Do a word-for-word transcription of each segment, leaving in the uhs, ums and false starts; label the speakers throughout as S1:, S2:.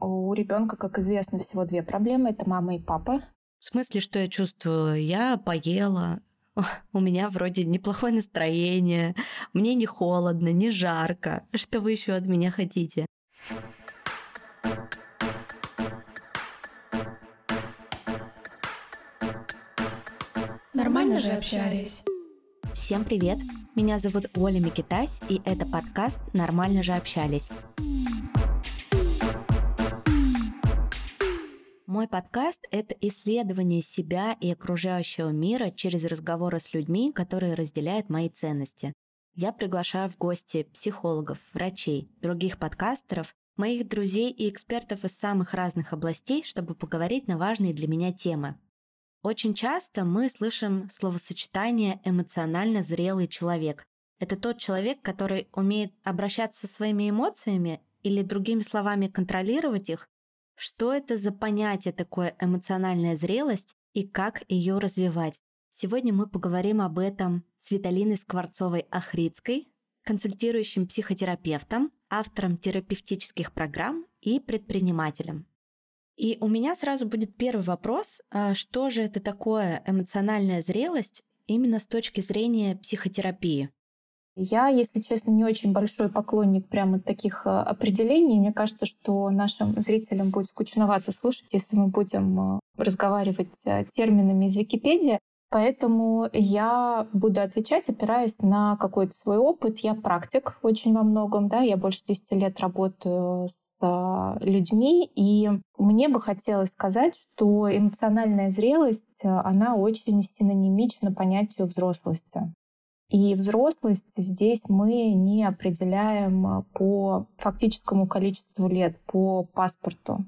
S1: У ребенка, как известно, всего две проблемы. Это мама и папа.
S2: В смысле, что я чувствую? Я поела, у меня вроде неплохое настроение, мне не холодно, не жарко. Что вы еще от меня хотите?
S3: Нормально же общались.
S2: Всем привет! Меня зовут Оля Микитась, и это подкаст «Нормально же общались». Мой подкаст — это исследование себя и окружающего мира через разговоры с людьми, которые разделяют мои ценности. Я приглашаю в гости психологов, врачей, других подкастеров, моих друзей и экспертов из самых разных областей, чтобы поговорить на важные для меня темы. Очень часто мы слышим словосочетание «эмоционально зрелый человек». Это тот человек, который умеет обращаться со своими эмоциями или, другими словами, контролировать их. Что это за понятие такое эмоциональная зрелость и как ее развивать? Сегодня мы поговорим об этом с Виталиной Скворцовой-Ахрицкой, консультирующим психотерапевтом, автором терапевтических программ и предпринимателем. И у меня сразу будет первый вопрос, что же это такое эмоциональная зрелость именно с точки зрения психотерапии?
S1: Я, если честно, не очень большой поклонник прямо таких определений. Мне кажется, что нашим зрителям будет скучновато слушать, если мы будем разговаривать терминами из Википедии. Поэтому я буду отвечать, опираясь на какой-то свой опыт. Я практик очень во многом, да, я больше десяти лет работаю с людьми, и мне бы хотелось сказать, что эмоциональная зрелость, она очень синонимична понятию взрослости. И взрослость здесь мы не определяем по фактическому количеству лет, по паспорту.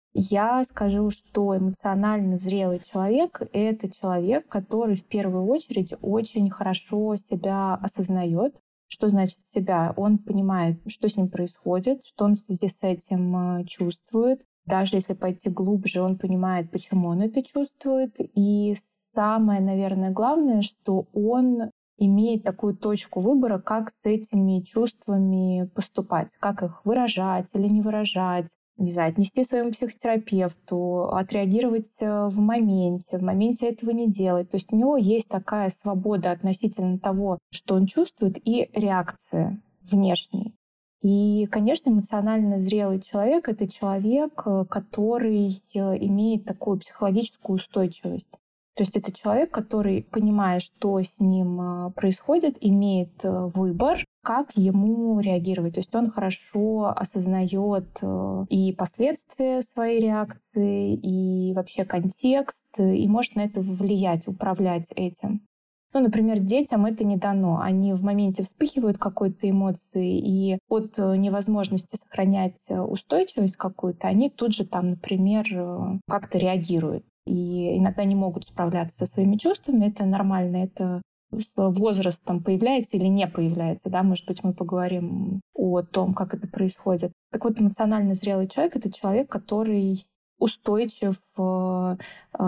S1: Я скажу, что эмоционально зрелый человек — это человек, который в первую очередь очень хорошо себя осознает. Что значит себя? Он понимает, что с ним происходит, что он в связи с этим чувствует. Даже если пойти глубже, он понимает, почему он это чувствует. И самое, наверное, главное, что он имеет такую точку выбора, как с этими чувствами поступать, как их выражать или не выражать, не знаю, отнести своему психотерапевту, отреагировать в моменте, в моменте этого не делать. То есть у него есть такая свобода относительно того, что он чувствует, и реакция внешней. И, конечно, эмоционально зрелый человек — это человек, который имеет такую психологическую устойчивость. То есть это человек, который, понимая, что с ним происходит, имеет выбор, как ему реагировать. То есть он хорошо осознает и последствия своей реакции, и вообще контекст, и может на это влиять, управлять этим. Ну, например, детям это не дано. Они в моменте вспыхивают какой-то эмоции, и от невозможности сохранять устойчивость какую-то, они тут же там, например, как-то реагируют. И иногда не могут справляться со своими чувствами. Это нормально, это с возрастом появляется или не появляется. Да? Может быть, мы поговорим о том, как это происходит. Так вот, эмоционально зрелый человек — это человек, который устойчив в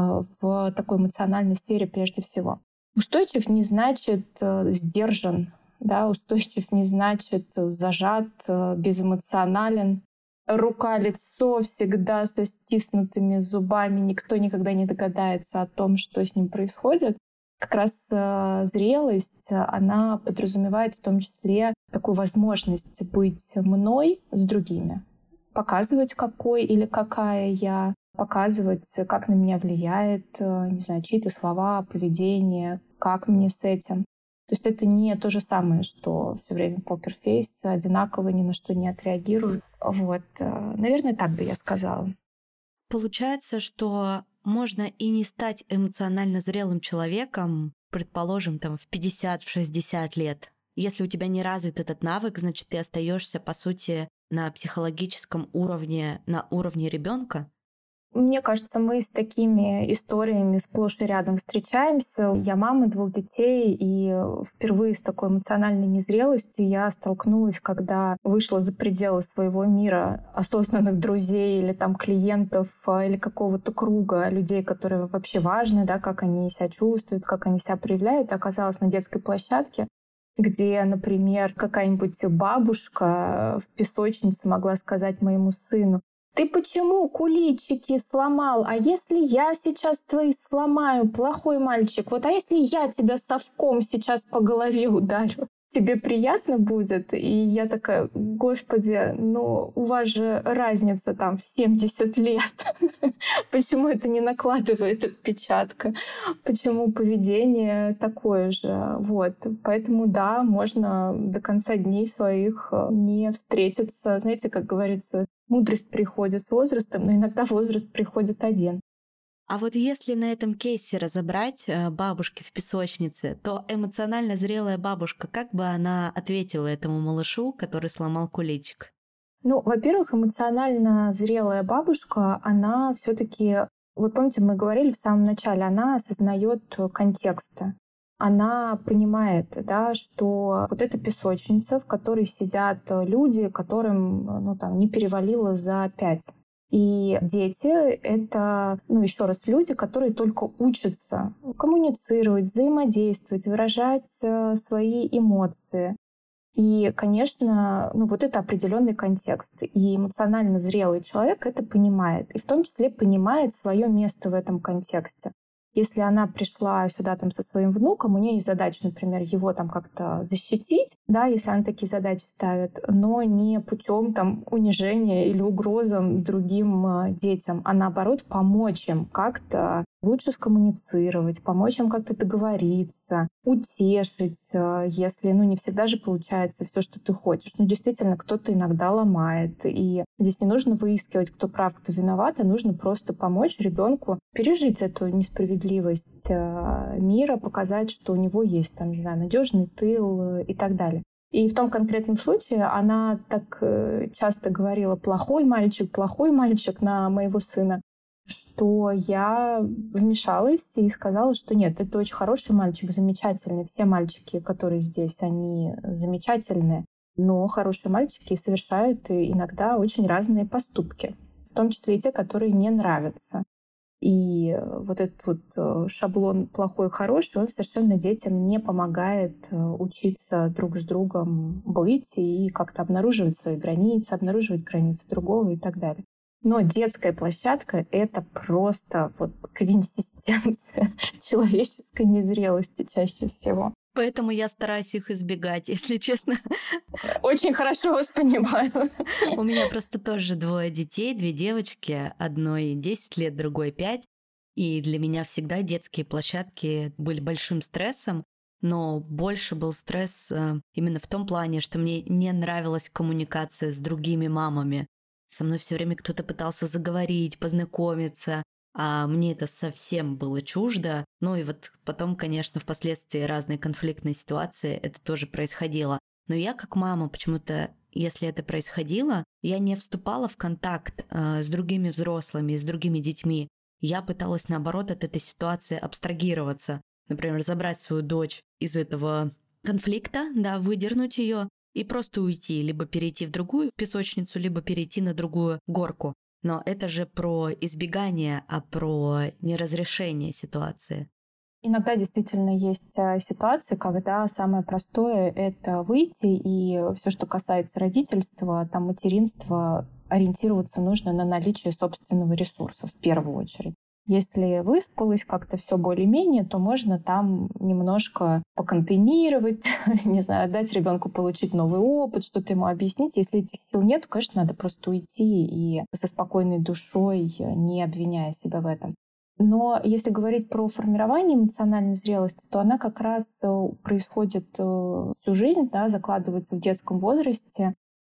S1: такой эмоциональной сфере прежде всего. Устойчив не значит сдержан, да? Устойчив не значит зажат, безэмоционален. Рука-лицо всегда со стиснутыми зубами, никто никогда не догадается о том, что с ним происходит. Как раз э, зрелость, она подразумевает в том числе такую возможность быть мной с другими. Показывать, какой или какая я, показывать, как на меня влияет, э, не знаю, чьи-то слова, поведение, как мне с этим. То есть это не то же самое, что все время покерфейс, одинаково ни на что не отреагирует. Вот, наверное, так бы я сказала.
S2: Получается, что можно и не стать эмоционально зрелым человеком, предположим, там в пятьдесят-шестьдесят лет. Если у тебя не развит этот навык, значит, ты остаешься, по сути, на психологическом уровне, на уровне ребенка.
S1: Мне кажется, мы с такими историями сплошь и рядом встречаемся. Я мама двух детей, и впервые с такой эмоциональной незрелостью я столкнулась, когда вышла за пределы своего мира осознанных друзей или там клиентов, или какого-то круга людей, которые вообще важны, да, как они себя чувствуют, как они себя проявляют. Оказалась на детской площадке, где, например, какая-нибудь бабушка в песочнице могла сказать моему сыну: Ты почему куличики сломал? А если я сейчас твои сломаю, плохой мальчик? Вот а если я тебя совком сейчас по голове ударю? Тебе приятно будет? И я такая, господи, ну у вас же разница там в семьдесят лет. Почему это не накладывает отпечатка? Почему поведение такое же? Вот. Поэтому да, можно до конца дней своих не встретиться. Знаете, как говорится, мудрость приходит с возрастом, но иногда возраст приходит один.
S2: А вот если на этом кейсе разобрать э, бабушки в песочнице, то эмоционально зрелая бабушка, как бы она ответила этому малышу, который сломал куличик?
S1: Ну, во-первых, эмоционально зрелая бабушка, она все-таки, вот помните, мы говорили в самом начале, она осознает контексты. Она понимает, да, что вот эта песочница, в которой сидят люди, которым, ну, там, не перевалило за пять. И дети — это, ну, еще раз, люди, которые только учатся коммуницировать, взаимодействовать, выражать э, свои эмоции. И, конечно, ну, вот это определенный контекст. И эмоционально зрелый человек это понимает. И в том числе понимает свое место в этом контексте. Если она пришла сюда там со своим внуком, у нее есть задача, например, его там как-то защитить, да, если она такие задачи ставит, но не путем там унижения или угрозам другим э, детям, а наоборот помочь им как-то лучше скоммуницировать, помочь им как-то договориться, утешить, э, если, ну, не всегда же получается все, что ты хочешь. Ну, действительно, кто-то иногда ломает, и здесь не нужно выискивать, кто прав, кто виноват, а нужно просто помочь ребенку пережить эту несправедливость э, мира, показать, что у него есть там, не знаю, надежный тыл э, и так далее. И в том конкретном случае она так э, часто говорила «плохой мальчик, плохой мальчик» на моего сына, что я вмешалась и сказала, что нет, это очень хороший мальчик, замечательный. Все мальчики, которые здесь, они замечательные, но хорошие мальчики совершают иногда очень разные поступки, в том числе и те, которые не нравятся. И вот этот вот шаблон плохой-хороший, он совершенно детям не помогает учиться друг с другом быть и как-то обнаруживать свои границы, обнаруживать границы другого и так далее. Но детская площадка — это просто вот квинтэссенция человеческой незрелости чаще всего.
S2: Поэтому я стараюсь их избегать, если честно.
S1: Очень хорошо вас понимаю.
S2: У меня просто тоже двое детей, две девочки, одной десять лет, другой пять. И для меня всегда детские площадки были большим стрессом, но больше был стресс именно в том плане, что мне не нравилась коммуникация с другими мамами. Со мной все время кто-то пытался заговорить, познакомиться, а мне это совсем было чуждо. Ну и вот потом, конечно, впоследствии разные конфликтные ситуации это тоже происходило. Но я как мама почему-то, если это происходило, я не вступала в контакт э, с другими взрослыми, с другими детьми. Я пыталась, наоборот, от этой ситуации абстрагироваться. Например, забрать свою дочь из этого конфликта, да, выдернуть ее и просто уйти, либо перейти в другую песочницу, либо перейти на другую горку. Но это же про избегание, а про неразрешение ситуации.
S1: Иногда действительно есть ситуации, когда самое простое — это выйти, и все, что касается родительства, там, материнства, ориентироваться нужно на наличие собственного ресурса в первую очередь. Если выспалась как-то все более-менее, то можно там немножко поконтейнировать, не знаю, дать ребенку получить новый опыт, что-то ему объяснить. Если этих сил нет, то, конечно, надо просто уйти и со спокойной душой, не обвиняя себя в этом. Но если говорить про формирование эмоциональной зрелости, то она как раз происходит всю жизнь, да, закладывается в детском возрасте.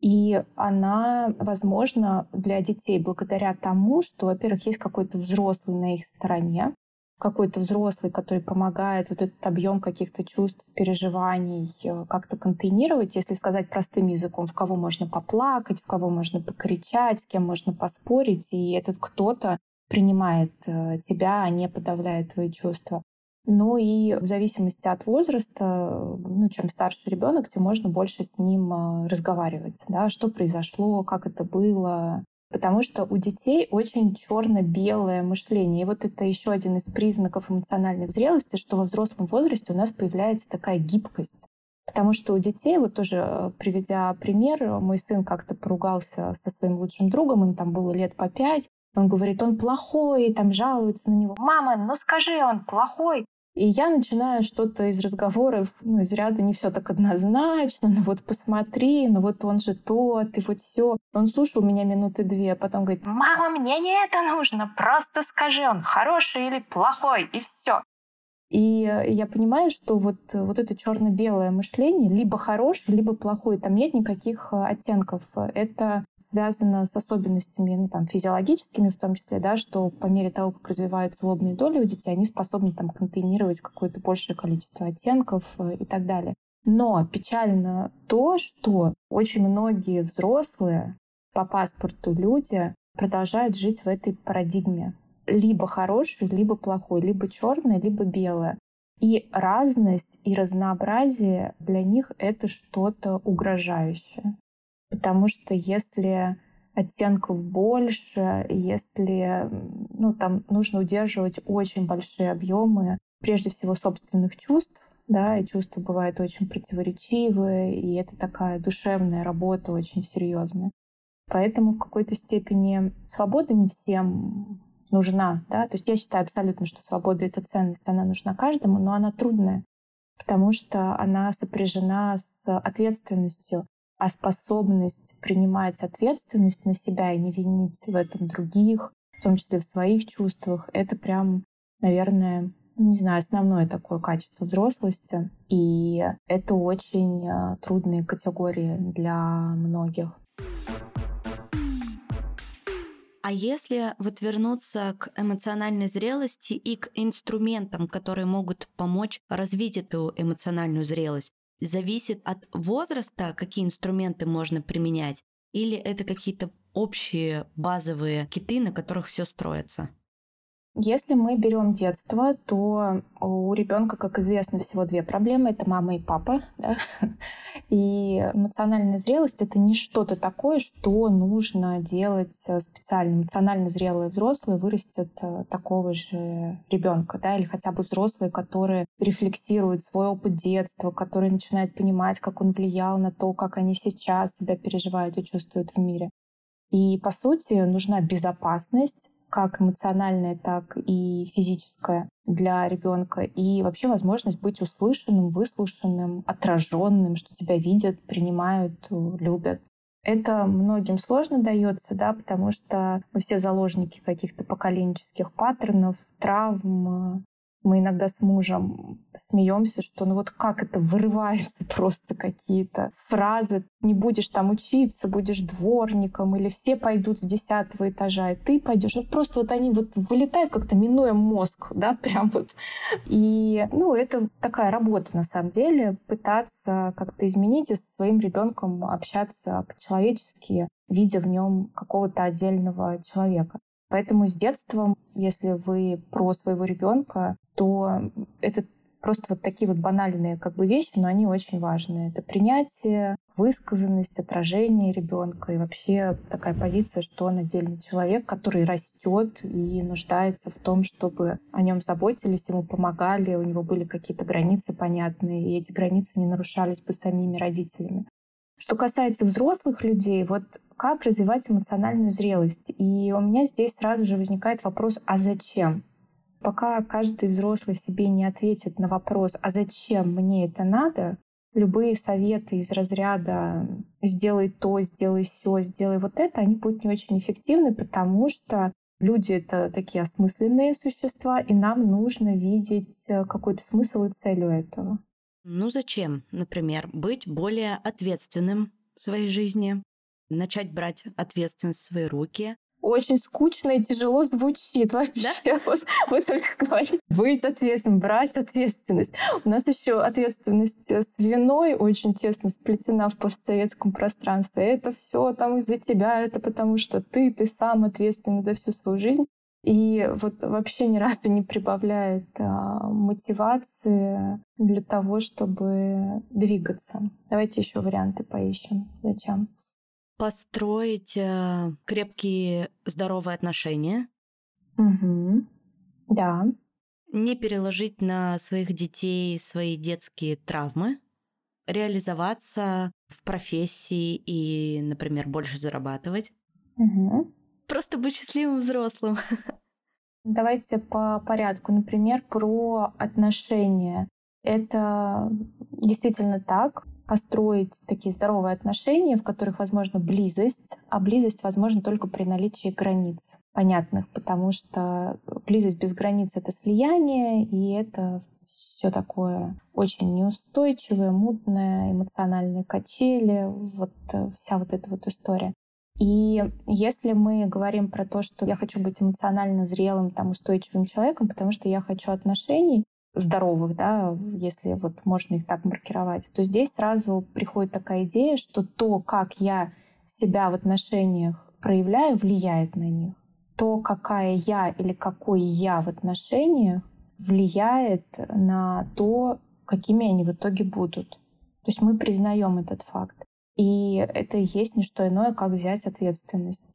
S1: И она возможна для детей благодаря тому, что, во-первых, есть какой-то взрослый на их стороне, какой-то взрослый, который помогает вот этот объем каких-то чувств, переживаний как-то контейнировать, если сказать простым языком, в кого можно поплакать, в кого можно покричать, с кем можно поспорить, и этот кто-то принимает тебя, а не подавляет твои чувства. Ну и в зависимости от возраста, ну, чем старше ребенок, тем можно больше с ним разговаривать, да, что произошло, как это было. Потому что у детей очень черно-белое мышление. И вот это еще один из признаков эмоциональной зрелости, что во взрослом возрасте у нас появляется такая гибкость. Потому что у детей, вот тоже э, приведя пример, мой сын как-то поругался со своим лучшим другом, им там было лет по пять. Он говорит, он плохой, и там жалуются на него. Мама, ну скажи, он плохой. И я начинаю что-то из разговоров, ну, из ряда не все так однозначно, ну вот посмотри, ну вот он же тот, и вот все. Он слушал меня минуты две, а потом говорит, мама, мне не это нужно, просто скажи, он хороший или плохой, и все. И э, я понимаю, что вот, э, вот это черно-белое мышление либо хорошее, либо плохое. Там нет никаких э, оттенков. Это связано с особенностями, ну, там, физиологическими в том числе, да, что по мере того, как развиваются лобные доли у детей, они способны там контейнировать какое-то большее количество оттенков э, и так далее. Но печально то, что очень многие взрослые по паспорту люди продолжают жить в этой парадигме. Либо хороший, либо плохой, либо черное, либо белое. И разность и разнообразие для них — это что-то угрожающее. Потому что если оттенков больше, если ну, там нужно удерживать очень большие объемы, прежде всего, собственных чувств, да, и чувства бывают очень противоречивые, и это такая душевная работа очень серьезная. Поэтому в какой-то степени свобода не всем нужна. Да? То есть я считаю абсолютно, что свобода — это ценность, она нужна каждому, но она трудная, потому что она сопряжена с ответственностью, а способность принимать ответственность на себя и не винить в этом других, в том числе в своих чувствах, это прям, наверное, не знаю, основное такое качество взрослости. И это очень э, трудные категории для многих.
S2: А если вот вернуться к эмоциональной зрелости и к инструментам, которые могут помочь развить эту эмоциональную зрелость, зависит от возраста, какие инструменты можно применять, или это какие-то общие базовые киты, на которых все строится?
S1: Если мы берем детство, то у ребенка, как известно, всего две проблемы. Это мама и папа. Да? И эмоциональная зрелость — это не что-то такое, что нужно делать специально. Эмоционально зрелые взрослые вырастят такого же ребенка, да? Или хотя бы взрослые, которые рефлексируют свой опыт детства, которые начинают понимать, как он влиял на то, как они сейчас себя переживают и чувствуют в мире. И, по сути, нужна безопасность, как эмоциональная, так и физическая для ребенка, и вообще возможность быть услышанным, выслушанным, отраженным, что тебя видят, принимают, любят. Это многим сложно дается, да, потому что мы все заложники каких-то поколенческих паттернов, травм. Мы иногда с мужем смеемся, что ну вот как это вырывается просто какие-то фразы. Не будешь там учиться, будешь дворником, или все пойдут с десятого этажа, и ты пойдешь. Ну просто вот они вот вылетают как-то, минуя мозг, да, прям вот. И ну это такая работа на самом деле, пытаться как-то изменить и со своим ребенком общаться по-человечески, видя в нем какого-то отдельного человека. Поэтому с детством, если вы про своего ребенка, то это просто вот такие вот банальные как бы вещи, но они очень важные. Это принятие, высказанность, отражение ребенка и вообще такая позиция, что он отдельный человек, который растет и нуждается в том, чтобы о нем заботились, ему помогали, у него были какие-то границы понятные, и эти границы не нарушались бы самими родителями. Что касается взрослых людей, вот как развивать эмоциональную зрелость? И у меня здесь сразу же возникает вопрос, а зачем? Пока каждый взрослый себе не ответит на вопрос, а зачем мне это надо, любые советы из разряда «сделай то, сделай сё, сделай вот это», они будут не очень эффективны, потому что люди — это такие осмысленные существа, и нам нужно видеть какой-то смысл и цель у этого.
S2: Ну зачем, например, быть более ответственным в своей жизни, начать брать ответственность в свои руки?
S1: Очень скучно и тяжело звучит вообще. Да? Вот, вот только говорить. Быть ответственным, брать ответственность. У нас еще ответственность с виной очень тесно сплетена в постсоветском пространстве. Это все там из-за тебя, это потому что ты, ты сам ответственный за всю свою жизнь. И вот вообще ни разу не прибавляет а, мотивации для того, чтобы двигаться. Давайте еще варианты поищем. Зачем?
S2: Построить э, крепкие, здоровые отношения.
S1: Угу. Да.
S2: Не переложить на своих детей свои детские травмы. реализоваться в профессии и, например, больше зарабатывать.
S1: Угу.
S2: Просто быть счастливым взрослым.
S1: Давайте по порядку. Например, про отношения. Это действительно так. Построить такие здоровые отношения, в которых возможна близость, а близость возможна только при наличии границ понятных, потому что близость без границ — это слияние, и это все такое очень неустойчивое, мутное, эмоциональные качели, вот э, вся вот эта вот история. И если мы говорим про то, что я хочу быть эмоционально зрелым, там, устойчивым человеком, потому что я хочу отношений здоровых, да, если вот можно их так маркировать, то здесь сразу приходит такая идея, что то, как я себя в отношениях проявляю, влияет на них. То, какая я или какой я в отношениях, влияет на то, какими они в итоге будут. То есть мы признаем этот факт. И это и есть не что иное, как взять ответственность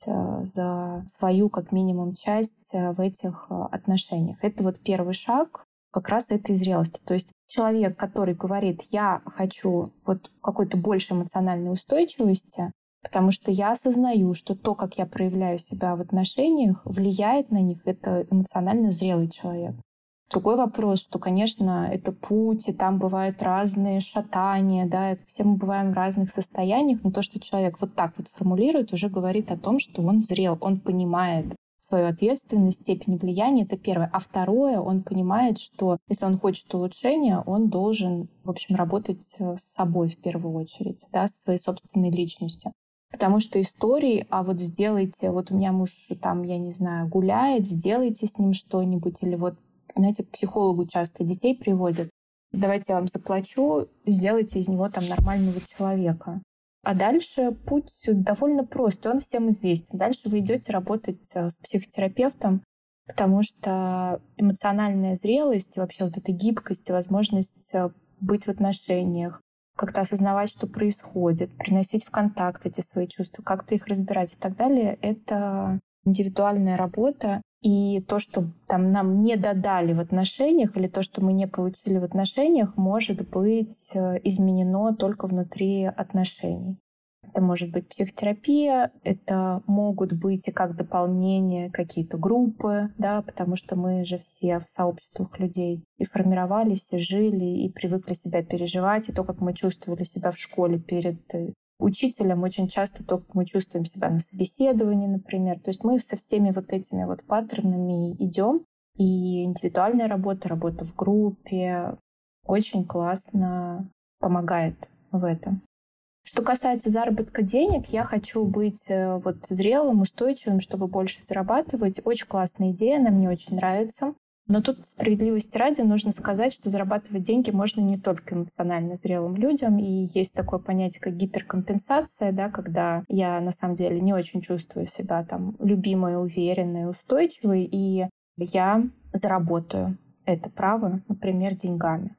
S1: за свою, как минимум, часть в этих отношениях. Это вот первый шаг как раз этой зрелости. То есть человек, который говорит, я хочу вот какой-то большей эмоциональной устойчивости, потому что я осознаю, что то, как я проявляю себя в отношениях, влияет на них, это эмоционально зрелый человек. Другой вопрос, что, конечно, это путь, и там бывают разные шатания, да, и все мы бываем в разных состояниях, но то, что человек вот так вот формулирует, уже говорит о том, что он зрел, он понимает свою ответственность, степень влияния, это первое. А второе, он понимает, что если он хочет улучшения, он должен, в общем, работать с собой в первую очередь, да, со своей собственной личностью. Потому что истории, а вот сделайте, вот у меня муж там, я не знаю, гуляет, сделайте с ним что-нибудь, или вот, знаете, к психологу часто детей приводят. Давайте я вам заплачу, сделайте из него там нормального человека. А дальше путь довольно прост, и он всем известен. Дальше вы идете работать с психотерапевтом, потому что эмоциональная зрелость, и вообще вот эта гибкость и возможность быть в отношениях, как-то осознавать, что происходит, приносить в контакт эти свои чувства, как-то их разбирать и так далее, это индивидуальная работа. И то, что там нам не додали в отношениях, или то, что мы не получили в отношениях, может быть изменено только внутри отношений. Это может быть психотерапия, это могут быть и как дополнение какие-то группы, да, потому что мы же все в сообществах людей и формировались, и жили, и привыкли себя переживать, и то, как мы чувствовали себя в школе перед учителем, очень часто то, как мы чувствуем себя на собеседовании, например. То есть мы со всеми вот этими вот паттернами идем, и индивидуальная работа, работа в группе очень классно помогает в этом. Что касается заработка денег, я хочу быть вот зрелым, устойчивым, чтобы больше зарабатывать. Очень классная идея, она мне очень нравится. Но тут справедливости ради нужно сказать, что зарабатывать деньги можно не только эмоционально зрелым людям. И есть такое понятие, как гиперкомпенсация, да, когда я на самом деле не очень чувствую себя там любимой, уверенной, устойчивой, и я заработаю это право, например, деньгами.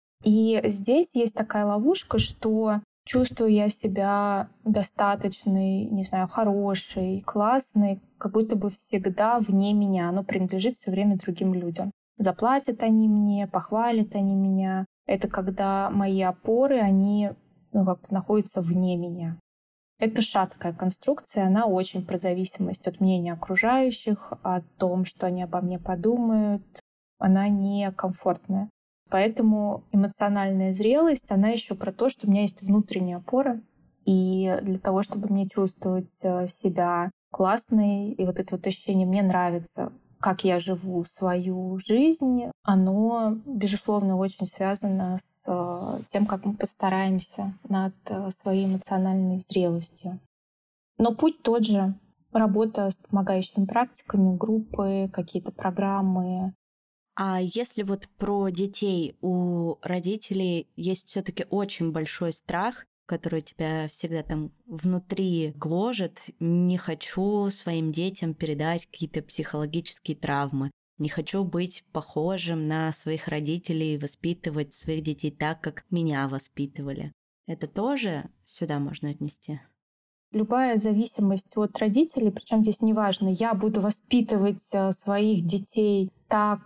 S1: И здесь есть такая ловушка, что чувствую я себя достаточной, не знаю, хорошей, классной, как будто бы всегда вне меня. Оно принадлежит все время другим людям. Заплатят они мне, похвалят они меня. Это когда мои опоры, они ну, как-то находятся вне меня. Это шаткая конструкция, она очень про зависимость от мнения окружающих, о том, что они обо мне подумают. Она некомфортная. Поэтому эмоциональная зрелость, она еще про то, что у меня есть внутренняя опора. И для того, чтобы мне чувствовать себя классной, и вот это вот ощущение «мне нравится», как я живу свою жизнь, оно, безусловно, очень связано с тем, как мы постараемся над своей эмоциональной зрелостью. Но путь тот же. Работа с помогающими практиками, группы, какие-то программы.
S2: А если вот про детей, у родителей есть все-таки очень большой страх, который тебя всегда там внутри гложет. Не хочу своим детям передать какие-то психологические травмы. Не хочу быть похожим на своих родителей и воспитывать своих детей так, как меня воспитывали. Это тоже сюда можно отнести?
S1: Любая зависимость от родителей, причем здесь неважно, я буду воспитывать своих детей так,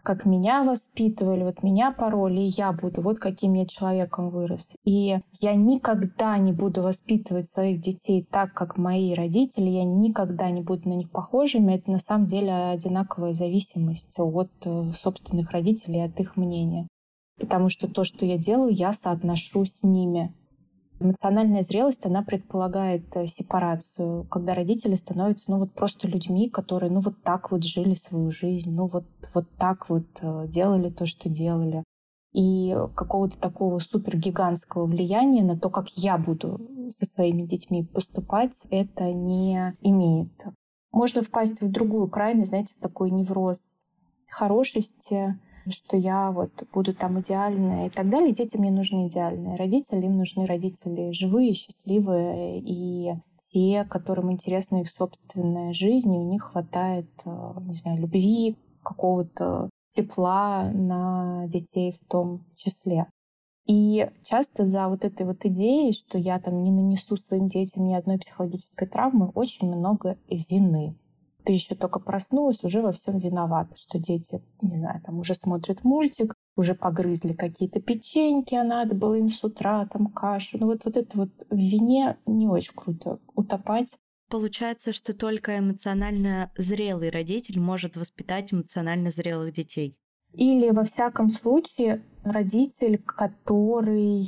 S1: как меня воспитывали, вот меня пороли, и я буду, вот каким я человеком вырос. И я никогда не буду воспитывать своих детей так, как мои родители, я никогда не буду на них похожими. Это на самом деле одинаковая зависимость от собственных родителей, от их мнения. Потому что то, что я делаю, я соотношу с ними. Эмоциональная зрелость, она предполагает сепарацию, когда родители становятся, ну вот просто людьми, которые, ну вот так вот жили свою жизнь, ну вот, вот так вот делали то, что делали. И какого-то такого супергигантского влияния на то, как я буду со своими детьми поступать, это не имеет. Можно впасть в другую крайность, знаете, в такой невроз хорошести, что я вот буду там идеальная и так далее. Детям не нужны идеальные родители, им нужны родители живые, счастливые и те, которым интересна их собственная жизнь, и у них хватает, не знаю, любви, какого-то тепла на детей в том числе. И часто за вот этой вот идеей, что я там не нанесу своим детям ни одной психологической травмы, очень много вины. Ты еще только проснулась, уже во всем виновата, что дети, не знаю, там уже смотрят мультик, уже погрызли какие-то печеньки, а надо было им с утра там кашу. Ну вот, вот это вот в вине не очень круто утопать.
S2: Получается, что только эмоционально зрелый родитель может воспитать эмоционально зрелых детей.
S1: Или, во всяком случае, родитель, который,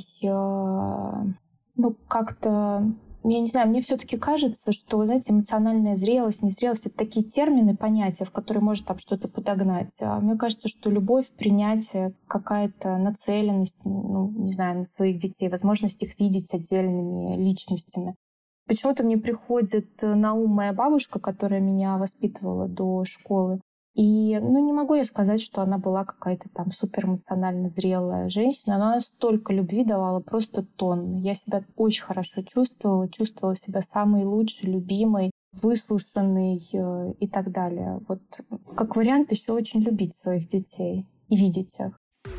S1: ну, как-то... Я не знаю, мне все-таки кажется, что, вы знаете, эмоциональная зрелость, незрелость — это такие термины, понятия, в которые можно там что-то подогнать. А мне кажется, что любовь, принятие, какая-то нацеленность, ну, не знаю, на своих детей, возможность их видеть отдельными личностями. Почему-то мне приходит на ум моя бабушка, которая меня воспитывала до школы. И, ну, не могу я сказать, что она была какая-то там суперэмоционально зрелая женщина. Она столько любви давала, просто тонны. Я себя очень хорошо чувствовала, чувствовала себя самой лучшей, любимой, выслушанной э, и так далее. Вот как вариант еще очень любить своих детей и видеть их.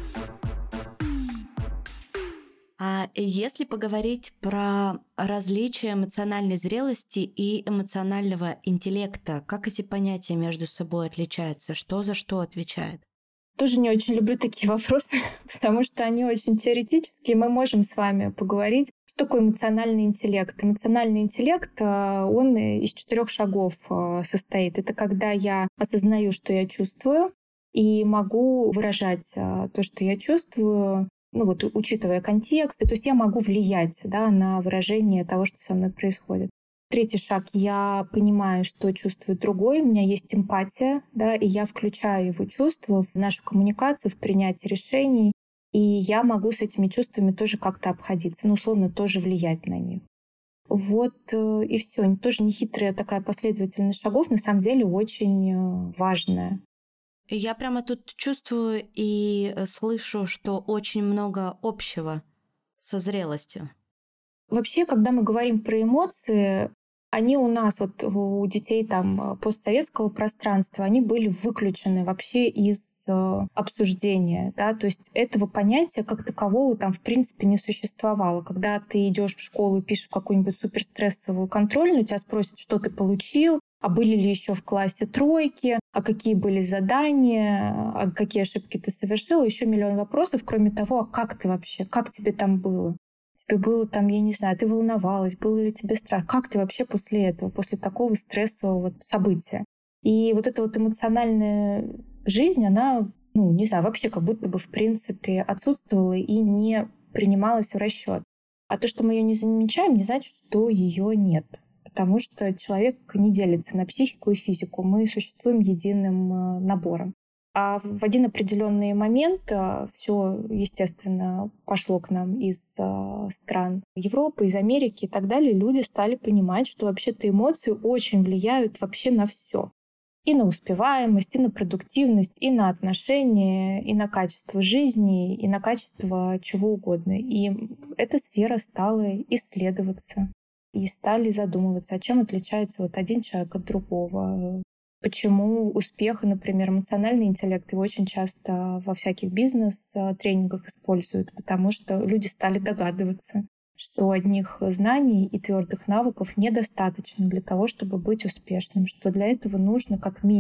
S2: А если поговорить про различия эмоциональной зрелости и эмоционального интеллекта, как эти понятия между собой отличаются? Что за что отвечает?
S1: Тоже не очень люблю такие вопросы, потому что они очень теоретические. Мы можем с вами поговорить, что такое эмоциональный интеллект. Эмоциональный интеллект, он из четырех шагов состоит. Это когда я осознаю, что я чувствую, и могу выражать то, что я чувствую, ну вот, учитывая контекст, то есть я могу влиять, да, на выражение того, что со мной происходит. Третий шаг. Я понимаю, что чувствует другой, у меня есть эмпатия, да, и я включаю его чувства в нашу коммуникацию, в принятие решений, и я могу с этими чувствами тоже как-то обходиться, ну, условно, тоже влиять на них. Вот и все. Тоже нехитрая такая последовательность шагов, на самом деле очень важная.
S2: Я прямо тут чувствую и слышу, что очень много общего со зрелостью.
S1: Вообще, когда мы говорим про эмоции, они у нас, вот у детей там постсоветского пространства, они были выключены вообще из обсуждения, да, то есть этого понятия как такового там в принципе не существовало. Когда ты идешь в школу и пишешь какую-нибудь суперстрессовую контрольную, тебя спросят, что ты получил, а были ли еще в классе тройки, а какие были задания, а какие ошибки ты совершил, еще миллион вопросов, кроме того, а как ты вообще, как тебе там было? Тебе было там, я не знаю, ты волновалась, было ли тебе страшно? Как ты вообще после этого, после такого стрессового события? И вот эта вот эмоциональная жизнь, она, ну, не знаю, вообще как будто бы в принципе отсутствовала и не принималась в расчет. А то, что мы ее не замечаем, не значит, что ее нет. Потому что человек не делится на психику и физику. Мы существуем единым набором. А в один определенный момент все, естественно, пошло к нам из стран Европы, из Америки и так далее. Люди стали понимать, что вообще-то эмоции очень влияют вообще на все. И на успеваемость, и на продуктивность, и на отношения, и на качество жизни, и на качество чего угодно. И эта сфера стала исследоваться. И стали задумываться, о чем отличается вот один человек от другого. Почему успех, например, эмоциональный интеллект его очень часто во всяких бизнес-тренингах используют, потому что люди стали догадываться, что одних знаний и твердых навыков недостаточно для того, чтобы быть успешным, что для этого нужно как минимум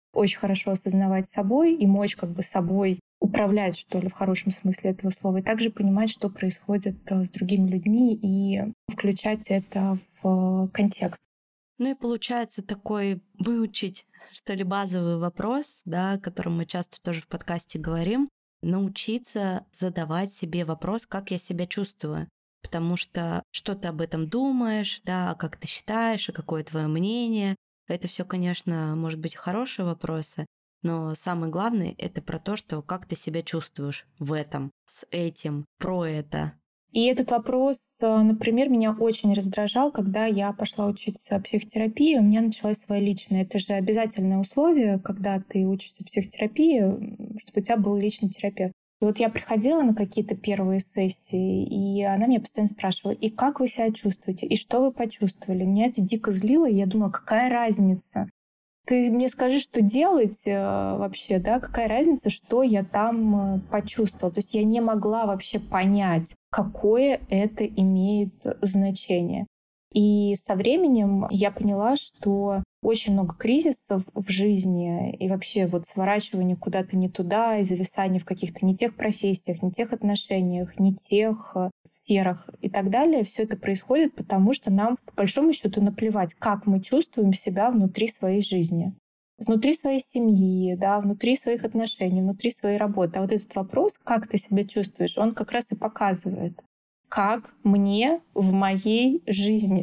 S1: очень хорошо осознавать собой и мочь как бы собой управлять, что ли, в хорошем смысле этого слова, и также понимать, что происходит э, с другими людьми, и включать это в контекст.
S2: Ну и получается такой выучить, что ли, базовый вопрос, да, о котором мы часто тоже в подкасте говорим, научиться задавать себе вопрос, как я себя чувствую. Потому что что ты об этом думаешь, да, как ты считаешь, и какое твое мнение. Это все, конечно, может быть хорошие вопросы, но самое главное это про то, что как ты себя чувствуешь в этом, с этим, про это.
S1: И этот вопрос, например, меня очень раздражал, когда я пошла учиться психотерапии, у меня началась своя личная. Это же обязательное условие, когда ты учишься психотерапии, чтобы у тебя был личный терапевт. И вот я приходила на какие-то первые сессии, и она меня постоянно спрашивала: и как вы себя чувствуете, и что вы почувствовали? Меня это дико злило, и я думала, какая разница? Ты мне скажи, что делать э, вообще, да, какая разница, что я там э, почувствовала. То есть я не могла вообще понять, какое это имеет значение. И со временем я поняла, что очень много кризисов в жизни и вообще вот сворачивание куда-то не туда и зависание в каких-то не тех профессиях, не тех отношениях, не тех э, сферах и так далее. Все это происходит, потому что нам, по большому счету, наплевать, как мы чувствуем себя внутри своей жизни. Внутри своей семьи, да, внутри своих отношений, внутри своей работы. А вот этот вопрос, как ты себя чувствуешь, он как раз и показывает, как мне в моей жизни.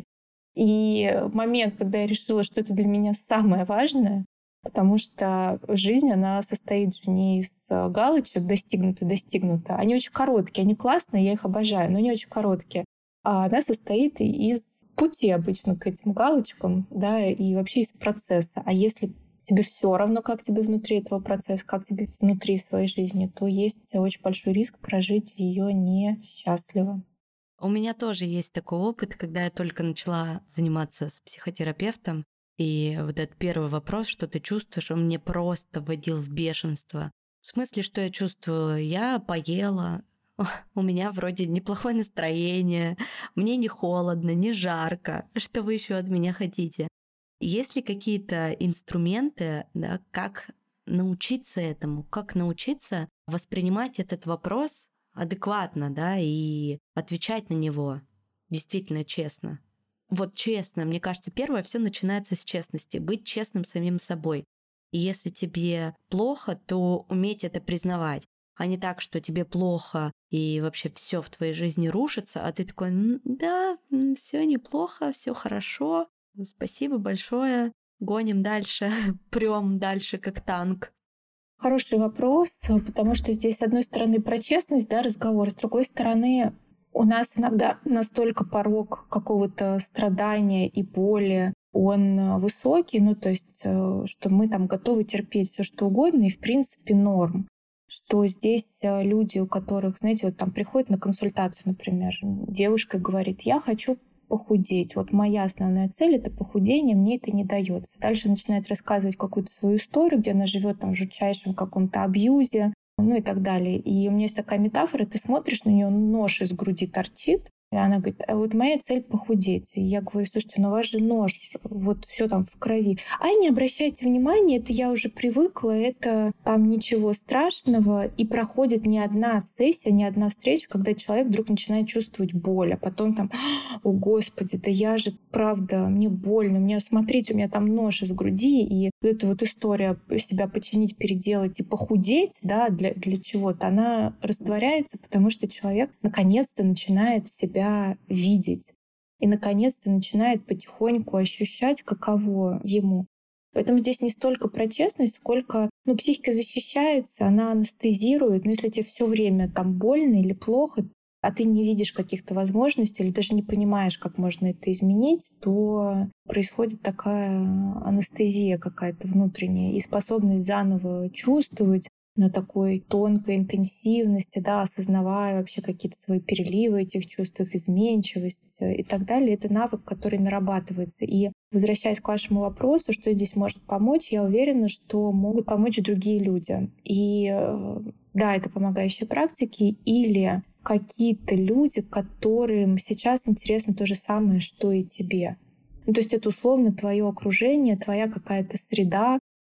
S1: И момент, когда я решила, что это для меня самое важное, потому что жизнь, она состоит же не из галочек «достигнуто, достигнуто». Они очень короткие, они классные, я их обожаю, но они очень короткие. А она состоит из пути обычно к этим галочкам, да, и вообще из процесса. А если тебе все равно, как тебе внутри этого процесса, как тебе внутри своей жизни, то есть очень большой риск прожить ее несчастливо.
S2: У меня тоже есть такой опыт, когда я только начала заниматься с психотерапевтом, и вот этот первый вопрос, что ты чувствуешь, он мне просто вводил в бешенство. В смысле, что я чувствую? Я поела, у меня вроде неплохое настроение, мне не холодно, не жарко. Что вы еще от меня хотите? Есть ли какие-то инструменты, да, как научиться этому, как научиться воспринимать этот вопрос адекватно, да, и отвечать на него действительно честно? Вот честно, мне кажется, первое все начинается с честности, быть честным самим собой. И если тебе плохо, то уметь это признавать, а не так, что тебе плохо и вообще все в твоей жизни рушится, а ты такой: «М, да, все неплохо, все хорошо, спасибо большое, гоним дальше, прям дальше, как танк».
S1: Хороший вопрос, потому что здесь, с одной стороны, про честность, да, разговор, с другой стороны, у нас иногда настолько порог какого-то страдания и боли, он высокий, ну, то есть, э, что мы там готовы терпеть все что угодно, и, в принципе, норм. Что здесь э, люди, у которых, знаете, вот там приходят на консультацию, например, девушка говорит: я хочу похудеть. Вот моя основная цель — это похудение, мне это не дается. Дальше начинает рассказывать какую-то свою историю, где она живет там в жутчайшем каком-то абьюзе, ну и так далее. И у меня есть такая метафора: ты смотришь на нее, нож из груди торчит, и она говорит: а вот моя цель — похудеть. И я говорю: слушайте, ну у вас же нож, вот все там в крови. Ай, не обращайте внимания, это я уже привыкла, это там ничего страшного. И проходит не одна сессия, не одна встреча, когда человек вдруг начинает чувствовать боль, а потом там: о господи, да я же, правда, мне больно, у меня, смотрите, у меня там нож из груди. И вот эта вот история себя починить, переделать и похудеть, да, для, для чего-то, она растворяется, потому что человек наконец-то начинает себя видеть и наконец-то начинает потихоньку ощущать, каково ему. Поэтому здесь не столько про честность, сколько, ну, психика защищается, она анестезирует. Но если тебе все время там больно или плохо, а ты не видишь каких-то возможностей или даже не понимаешь, как можно это изменить, то происходит такая анестезия какая-то внутренняя и способность заново чувствовать на такой тонкой интенсивности, да, осознавая вообще какие-то свои переливы этих чувств, их изменчивость и так далее. Это навык, который нарабатывается. И возвращаясь к вашему вопросу, что здесь может помочь, я уверена, что могут помочь другие люди. И да, это помогающие практики или какие-то люди, которым сейчас интересно то же самое, что и тебе. Ну, то есть это условно твое окружение, твоя какая-то среда,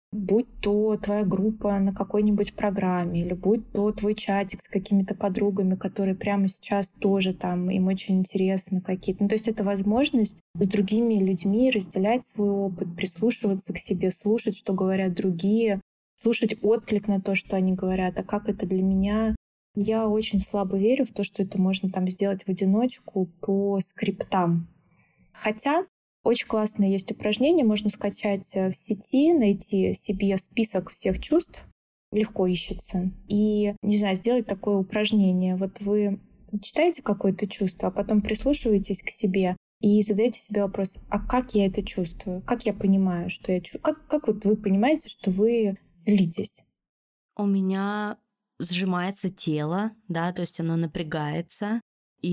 S1: Будь то твоя группа на какой-нибудь программе, или будь то твой чатик с какими-то подругами, которые прямо сейчас тоже там, им очень интересно какие-то. Ну, то есть это возможность с другими людьми разделять свой опыт, прислушиваться к себе, слушать, что говорят другие, слушать отклик на то, что они говорят. А как это для меня? Я очень слабо верю в то, что это можно там сделать в одиночку по скриптам. Хотя очень классное есть упражнение, можно скачать в сети, найти себе список всех чувств, легко ищется, и, не знаю, сделать такое упражнение. Вот вы читаете какое-то чувство, а потом прислушиваетесь к себе и задаете себе вопрос, а как я это чувствую? Как я понимаю, что я чувствую? Как, как вот вы понимаете, что вы злитесь?
S2: У меня сжимается тело, да, то есть оно напрягается.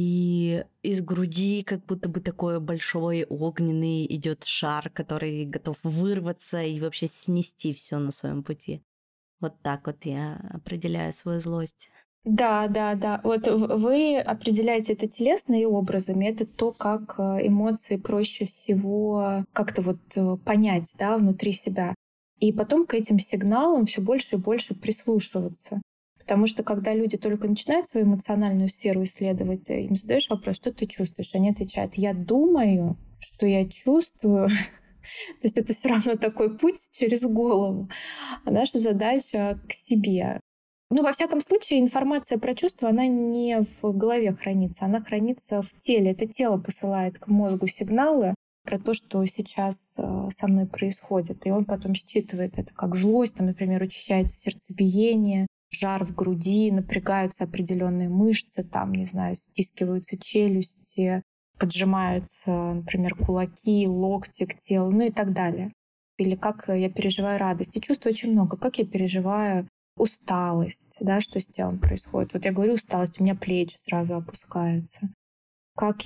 S2: И из груди как будто бы такой большой огненный идет шар, который готов вырваться и вообще снести все на своем пути. Вот так вот я определяю свою злость.
S1: Да, да, да. Вот вы определяете это телесно и образами. Это то, как эмоции проще всего как-то вот понять, да, внутри себя. И потом к этим сигналам все больше и больше прислушиваться. Потому что когда люди только начинают свою эмоциональную сферу исследовать, им задаешь вопрос, что ты чувствуешь? Они отвечают, я думаю, что я чувствую. То есть это все равно такой путь через голову. А наша задача к себе. Ну, во всяком случае, информация про чувства, она не в голове хранится, она хранится в теле. Это тело посылает к мозгу сигналы про то, что сейчас со мной происходит. И он потом считывает это как злость, там, например, учащается сердцебиение, жар в груди, напрягаются определенные мышцы, там, не знаю, стискиваются челюсти, поджимаются, например, кулаки, локти к телу, ну и так далее. Или как я переживаю радость. И чувств очень много. Как я переживаю усталость, да, что с телом происходит. Вот я говорю усталость, у меня плечи сразу опускаются. Как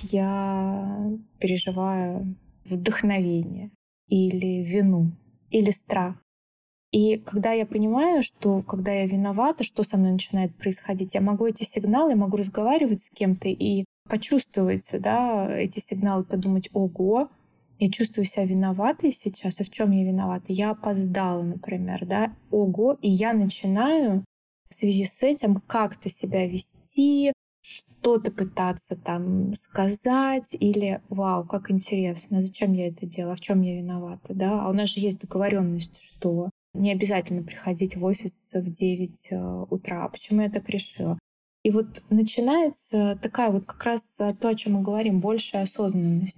S1: я переживаю вдохновение или вину, или страх. И когда я понимаю, что когда я виновата, что со мной начинает происходить, я могу эти сигналы, я могу разговаривать с кем-то и почувствовать, да, эти сигналы, подумать, ого, я чувствую себя виноватой сейчас, а в чем я виновата? Я опоздала, например, да, ого, и я начинаю в связи с этим как-то себя вести, что-то пытаться там сказать или «Вау, как интересно, зачем я это делаю, а в чем я виновата?» Да? А у нас же есть договоренность, что не обязательно приходить в офис в девять утра. Почему я так решила? И вот начинается такая вот как раз то, о чем мы говорим, большая осознанность.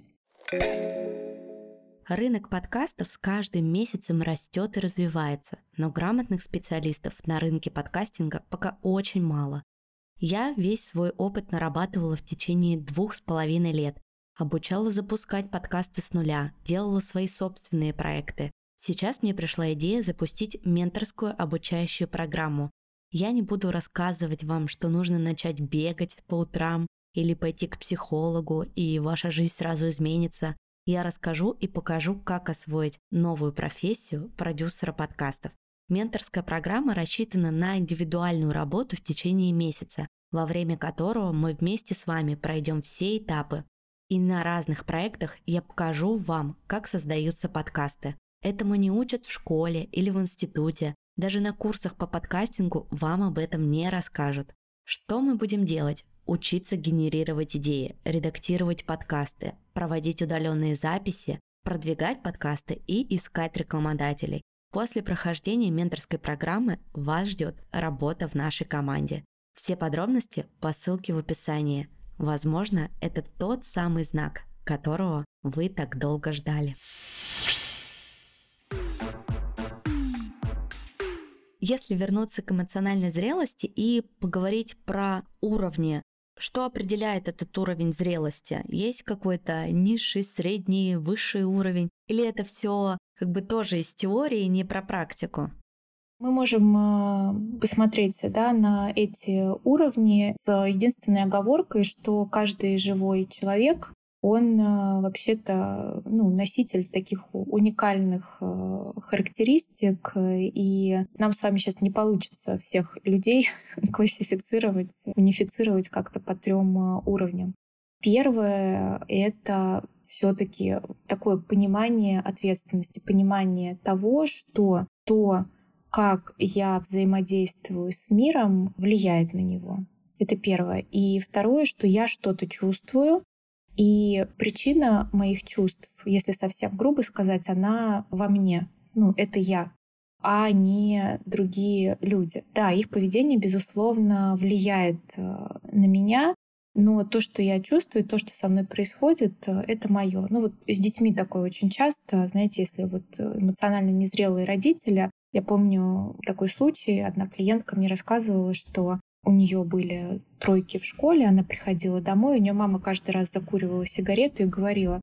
S2: Рынок подкастов с каждым месяцем растет и развивается, но грамотных специалистов на рынке подкастинга пока очень мало. Я весь свой опыт нарабатывала в течение двух с половиной лет. Обучала запускать подкасты с нуля, делала свои собственные проекты. Сейчас мне пришла идея запустить менторскую обучающую программу. Я не буду рассказывать вам, что нужно начать бегать по утрам или пойти к психологу, и ваша жизнь сразу изменится. Я расскажу и покажу, как освоить новую профессию продюсера подкастов. Менторская программа рассчитана на индивидуальную работу в течение месяца, во время которого мы вместе с вами пройдем все этапы. И на разных проектах я покажу вам, как создаются подкасты. Этому не учат в школе или в институте. Даже на курсах по подкастингу вам об этом не расскажут. Что мы будем делать? Учиться генерировать идеи, редактировать подкасты, проводить удаленные записи, продвигать подкасты и искать рекламодателей. После прохождения менторской программы вас ждет работа в нашей команде. Все подробности по ссылке в описании. Возможно, это тот самый знак, которого вы так долго ждали. Если вернуться к эмоциональной зрелости и поговорить про уровни, что определяет этот уровень зрелости? Есть какой-то низший, средний, высший уровень? Или это все как бы тоже из теории, не про практику?
S1: Мы можем посмотреть, да, на эти уровни с единственной оговоркой, что каждый живой человек, он вообще-то ну, носитель таких уникальных характеристик, и нам с вами сейчас не получится всех людей классифицировать, унифицировать как-то по трем уровням. Первое — это все-таки такое понимание ответственности, понимание того, что то, как я взаимодействую с миром, влияет на него. Это первое. И второе, что я что-то чувствую, и причина моих чувств, если совсем грубо сказать, она во мне. Ну, это я, а не другие люди. Да, их поведение, безусловно, влияет э, на меня, но то, что я чувствую, то, что со мной происходит, э, это мое. Ну вот с детьми такое очень часто, знаете, если вот эмоционально незрелые родители, я помню такой случай, одна клиентка мне рассказывала, что у нее были тройки в школе, она приходила домой, у нее мама каждый раз закуривала сигарету и говорила: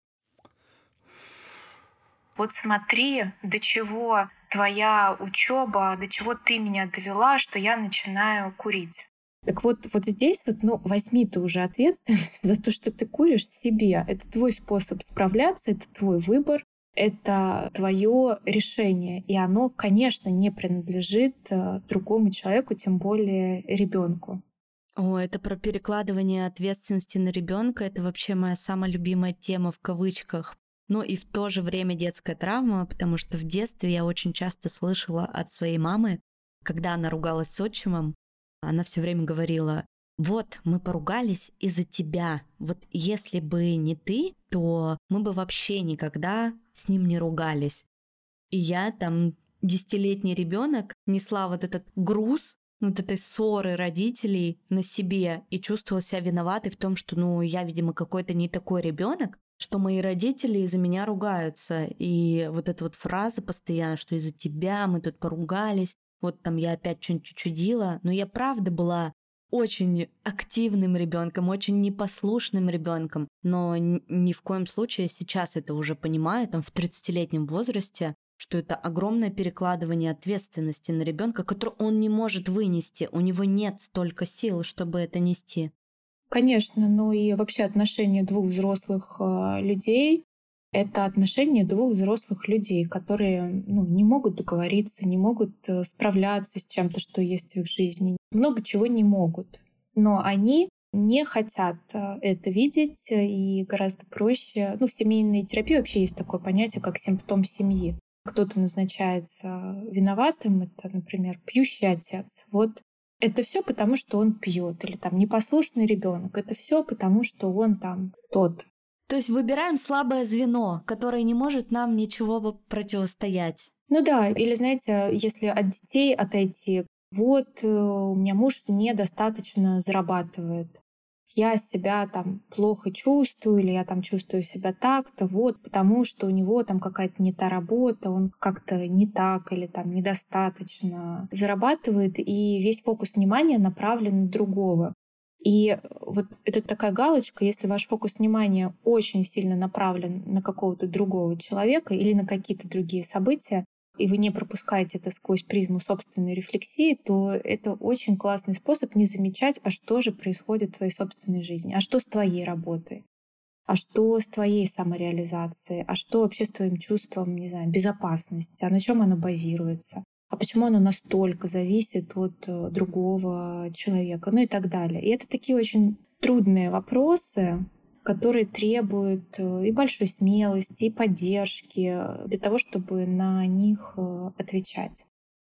S1: вот смотри, до чего твоя учеба, до чего ты меня довела, что я начинаю курить. Так вот, вот здесь вот, ну, возьми ты уже ответственность за то, что ты куришь себе. Это твой способ справляться, это твой выбор, это твое решение. И оно, конечно, не принадлежит э, другому человеку, тем более ребенку.
S2: О, это про перекладывание ответственности на ребенка. Это вообще моя самая любимая тема в кавычках. Но и в то же время детская травма, потому что в детстве я очень часто слышала от своей мамы, когда она ругалась с отчимом, она все время говорила: вот мы поругались из-за тебя. Вот если бы не ты, то мы бы вообще никогда с ним не ругались. И я там десятилетний ребенок несла вот этот груз вот этой ссоры родителей на себе и чувствовала себя виноватой в том, что, ну, я, видимо, какой-то не такой ребенок, что мои родители из-за меня ругаются. И вот эта вот фраза постоянно, что из-за тебя мы тут поругались, вот там я опять что-нибудь чудила. Но я правда была очень активным ребенком, очень непослушным ребенком, но ни в коем случае сейчас это уже понимаю, там в тридцатилетнем возрасте, что это огромное перекладывание ответственности на ребенка, который он не может вынести, у него нет столько сил, чтобы это нести.
S1: Конечно, ну и вообще отношения двух взрослых э, людей — это отношения двух взрослых людей, которые ну, не могут договориться, не могут э, справляться с чем-то, что есть в их жизни. Много чего не могут. Но они не хотят э, это видеть, и гораздо проще. Ну, в семейной терапии вообще есть такое понятие, как симптом семьи. Кто-то назначается виноватым, это, например, пьющий отец. Вот это все потому, что он пьет, или там непослушный ребенок. Это все потому, что он там тот.
S2: То есть выбираем слабое звено, которое не может нам ничего противостоять.
S1: Ну да, или знаете, если от детей отойти, вот у меня муж недостаточно зарабатывает. Я себя там плохо чувствую, или я там чувствую себя так-то, вот, потому что у него там какая-то не та работа, он как-то не так или там недостаточно зарабатывает, и весь фокус внимания направлен на другого. И вот это такая галочка, если ваш фокус внимания очень сильно направлен на какого-то другого человека или на какие-то другие события, и вы не пропускаете это сквозь призму собственной рефлексии, то это очень классный способ не замечать, а что же происходит в твоей собственной жизни, а что с твоей работой, а что с твоей самореализацией, а что вообще с твоим чувством, не знаю, безопасности, а на чем оно базируется, а почему оно настолько зависит от другого человека, ну и так далее. И это такие очень трудные вопросы, которые требуют и большой смелости, и поддержки для того, чтобы на них отвечать.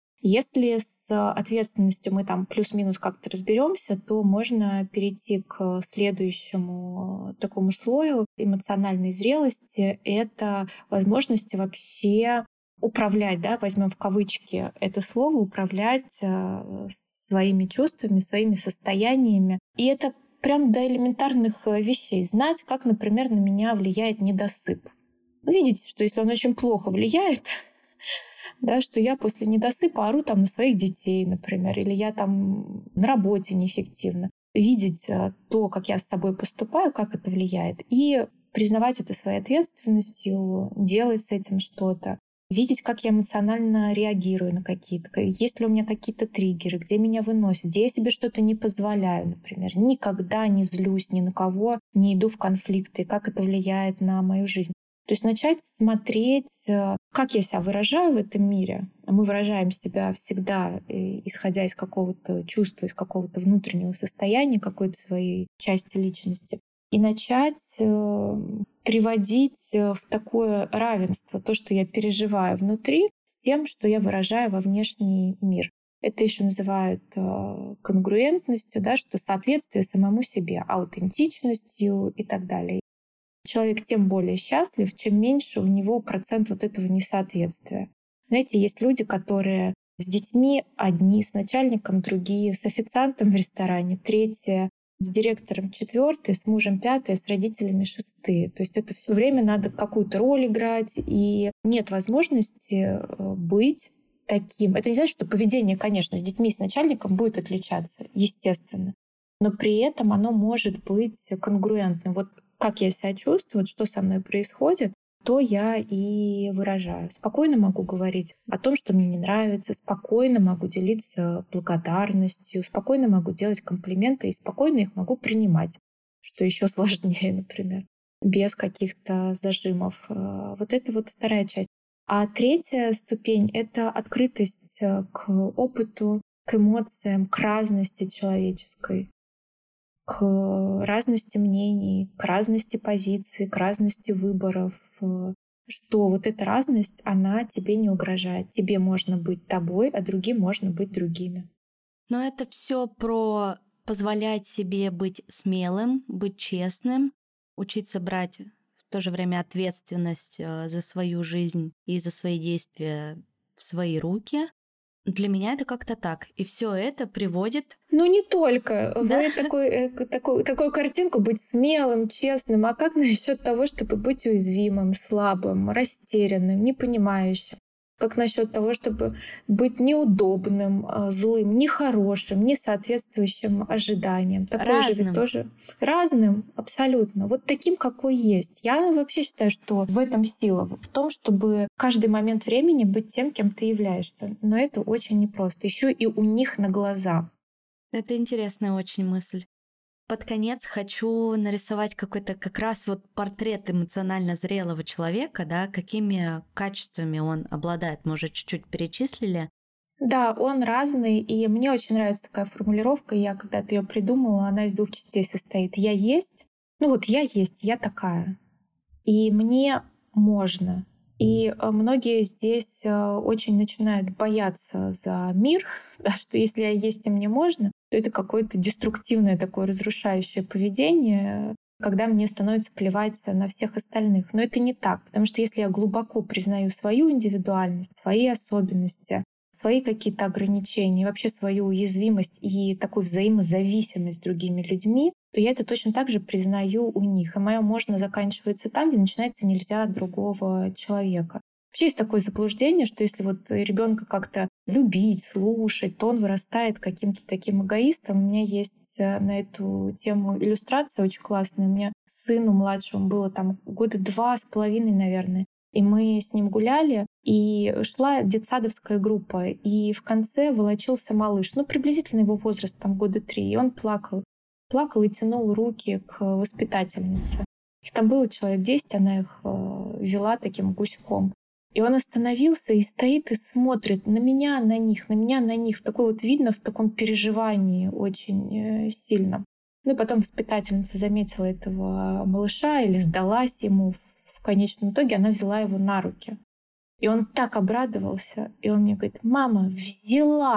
S1: Если с ответственностью мы там плюс-минус как-то разберемся, то можно перейти к следующему такому слою эмоциональной зрелости. Это возможности вообще управлять, да, возьмем в кавычки это слово, управлять своими чувствами, своими состояниями. И это прям до элементарных вещей. Знать, как, например, на меня влияет недосып. Вы видите, что если он очень плохо влияет, да, что я после недосыпа ору там на своих детей, например, или я там на работе неэффективна. Видеть то, как я с собой поступаю, как это влияет, и признавать это своей ответственностью, делать с этим что-то. Видеть, как я эмоционально реагирую на какие-то, есть ли у меня какие-то триггеры, где меня выносят, где я себе что-то не позволяю, например. Никогда не злюсь ни на кого, не иду в конфликты, как это влияет на мою жизнь. То есть начать смотреть, как я себя выражаю в этом мире. Мы выражаем себя всегда, исходя из какого-то чувства, из какого-то внутреннего состояния, какой-то своей части личности. и начать э, приводить в такое равенство то, что я переживаю внутри, с тем, что я выражаю во внешний мир. Это еще называют э, конгруентностью, да, что соответствие самому себе, аутентичностью и так далее. Человек тем более счастлив, чем меньше у него процент вот этого несоответствия. Знаете, есть люди, которые с детьми одни, с начальником другие, с официантом в ресторане третьи, с директором четвертые, с мужем пятые, с родителями шестые. То есть это все время надо какую-то роль играть, и нет возможности быть таким. Это не значит, что поведение, конечно, с детьми и с начальником будет отличаться, естественно. Но при этом оно может быть конгруентным. Вот как я себя чувствую, что со мной происходит, то я и выражаю. Спокойно могу говорить о том, что мне не нравится, спокойно могу делиться благодарностью, спокойно могу делать комплименты и спокойно их могу принимать, что еще сложнее, например, без каких-то зажимов. Вот это вот вторая часть. А третья ступень — это открытость к опыту, к эмоциям, к разности человеческой, к разности мнений, к разности позиций, к разности выборов, что вот эта разность, она тебе не угрожает. Тебе можно быть тобой, а другим можно быть другими.
S2: Но это все про позволять себе быть смелым, быть честным, учиться брать в то же время ответственность за свою жизнь и за свои действия в свои руки. Для меня это как-то так. И все это приводит...
S1: Ну, не только.
S2: Да?
S1: Вы такой, э, такой, такую картинку быть смелым, честным. А как насчет того, чтобы быть уязвимым, слабым, растерянным, непонимающим? Как насчет того, чтобы быть неудобным, злым, нехорошим, не соответствующим ожиданиям? Такой же ведь тоже разным, абсолютно. Вот таким, какой есть. Я вообще считаю, что в этом сила. В том, чтобы каждый момент времени быть тем, кем ты являешься. Но это очень непросто. Еще и у них на глазах.
S2: Это интересная очень мысль. Под конец хочу нарисовать какой-то как раз вот портрет эмоционально зрелого человека, да, какими качествами он обладает. Мы уже чуть-чуть перечислили.
S1: Да, он разный, и мне очень нравится такая формулировка. Я когда-то ее придумала, она из двух частей состоит. Я есть, ну вот я есть, я такая. И мне можно. И многие здесь очень начинают бояться за мир, да, что если я есть и мне можно, то это какое-то деструктивное такое разрушающее поведение, когда мне становится плевать на всех остальных. Но это не так, потому что если я глубоко признаю свою индивидуальность, свои особенности, свои какие-то ограничения, вообще свою уязвимость и такую взаимозависимость с другими людьми, то я это точно так же признаю у них. И мое «можно» заканчивается там, где начинается «нельзя» другого человека. Вообще есть такое заблуждение, что если вот ребенка как-то любить, слушать, то он вырастает каким-то таким эгоистом. У меня есть на эту тему иллюстрация очень классная. У меня сыну младшему было там года два с половиной, наверное. И мы с ним гуляли, и шла детсадовская группа, и в конце волочился малыш, ну, приблизительно его возраст, там, года три, и он плакал. Плакал и тянул руки к воспитательнице. Их там было человек десять, она их вела таким гуськом. И он остановился и стоит и смотрит на меня, на них, на меня, на них. Такое вот видно в таком переживании очень сильно. Ну и потом воспитательница заметила этого малыша или сдалась ему. В конечном итоге она взяла его на руки. И он так обрадовался. И он мне говорит: «Мама, взяла!»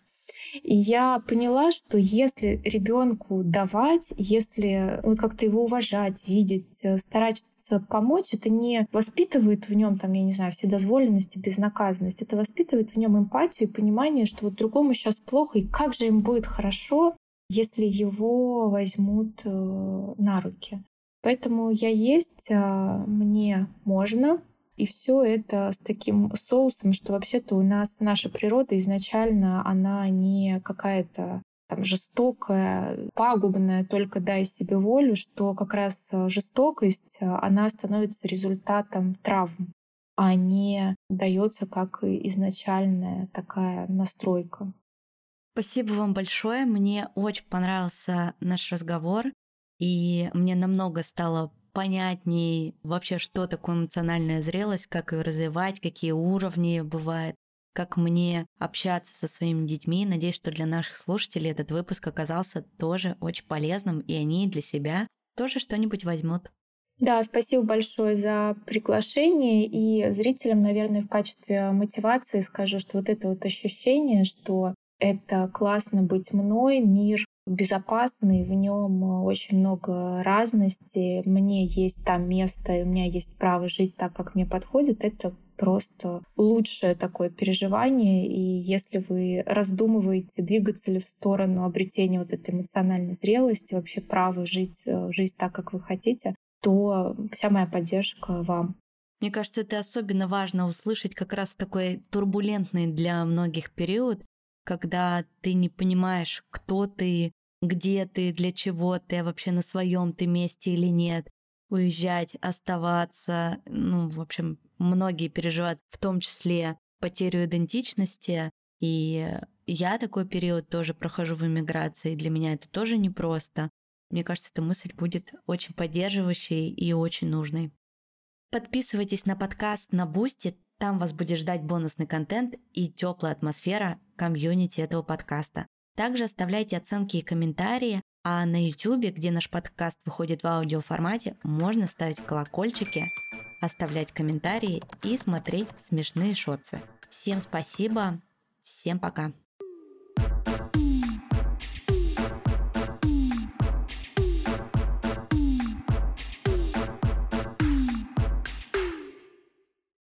S1: И я поняла, что если ребенку давать, если вот как-то его уважать, видеть, стараться помочь, это не воспитывает в нем, там, я не знаю, вседозволенность и безнаказанность. Это воспитывает в нем эмпатию и понимание, что вот другому сейчас плохо, и как же им будет хорошо, если его возьмут на руки. Поэтому я есть, мне можно. И все это с таким соусом, что вообще-то у нас наша природа изначально, она не какая-то там жестокая, пагубная, только дай себе волю, что как раз жестокость, она становится результатом травм, а не дается как изначальная такая настройка.
S2: Спасибо вам большое. Мне очень понравился наш разговор, и мне намного стало понятней вообще, что такое эмоциональная зрелость, как ее развивать, какие уровни бывают, как мне общаться со своими детьми. Надеюсь, что для наших слушателей этот выпуск оказался тоже очень полезным, и они для себя тоже что-нибудь возьмут.
S1: Да, спасибо большое за приглашение. И зрителям, наверное, в качестве мотивации скажу, что вот это вот ощущение, что это классно быть мной, мир безопасный, в нем очень много разности, мне есть там место, и у меня есть право жить так, как мне подходит, это просто лучшее такое переживание. И если вы раздумываете, двигаться ли в сторону обретения вот этой эмоциональной зрелости, вообще права жить жизнь так, как вы хотите, то вся моя поддержка вам.
S2: Мне кажется, это особенно важно услышать как раз в такой турбулентный для многих период, когда ты не понимаешь, кто ты, где ты, для чего ты, а вообще на своем ты месте или нет. Уезжать, оставаться, ну, в общем, многие переживают, в том числе потерю идентичности. И я такой период тоже прохожу в эмиграции, для меня это тоже непросто. Мне кажется, эта мысль будет очень поддерживающей и очень нужной. Подписывайтесь на подкаст на Boosty, там вас будет ждать бонусный контент и теплая атмосфера комьюнити этого подкаста. Также оставляйте оценки и комментарии, а на YouTube, где наш подкаст выходит в аудиоформате, можно ставить колокольчики, оставлять комментарии и смотреть смешные шотсы. Всем спасибо, всем пока!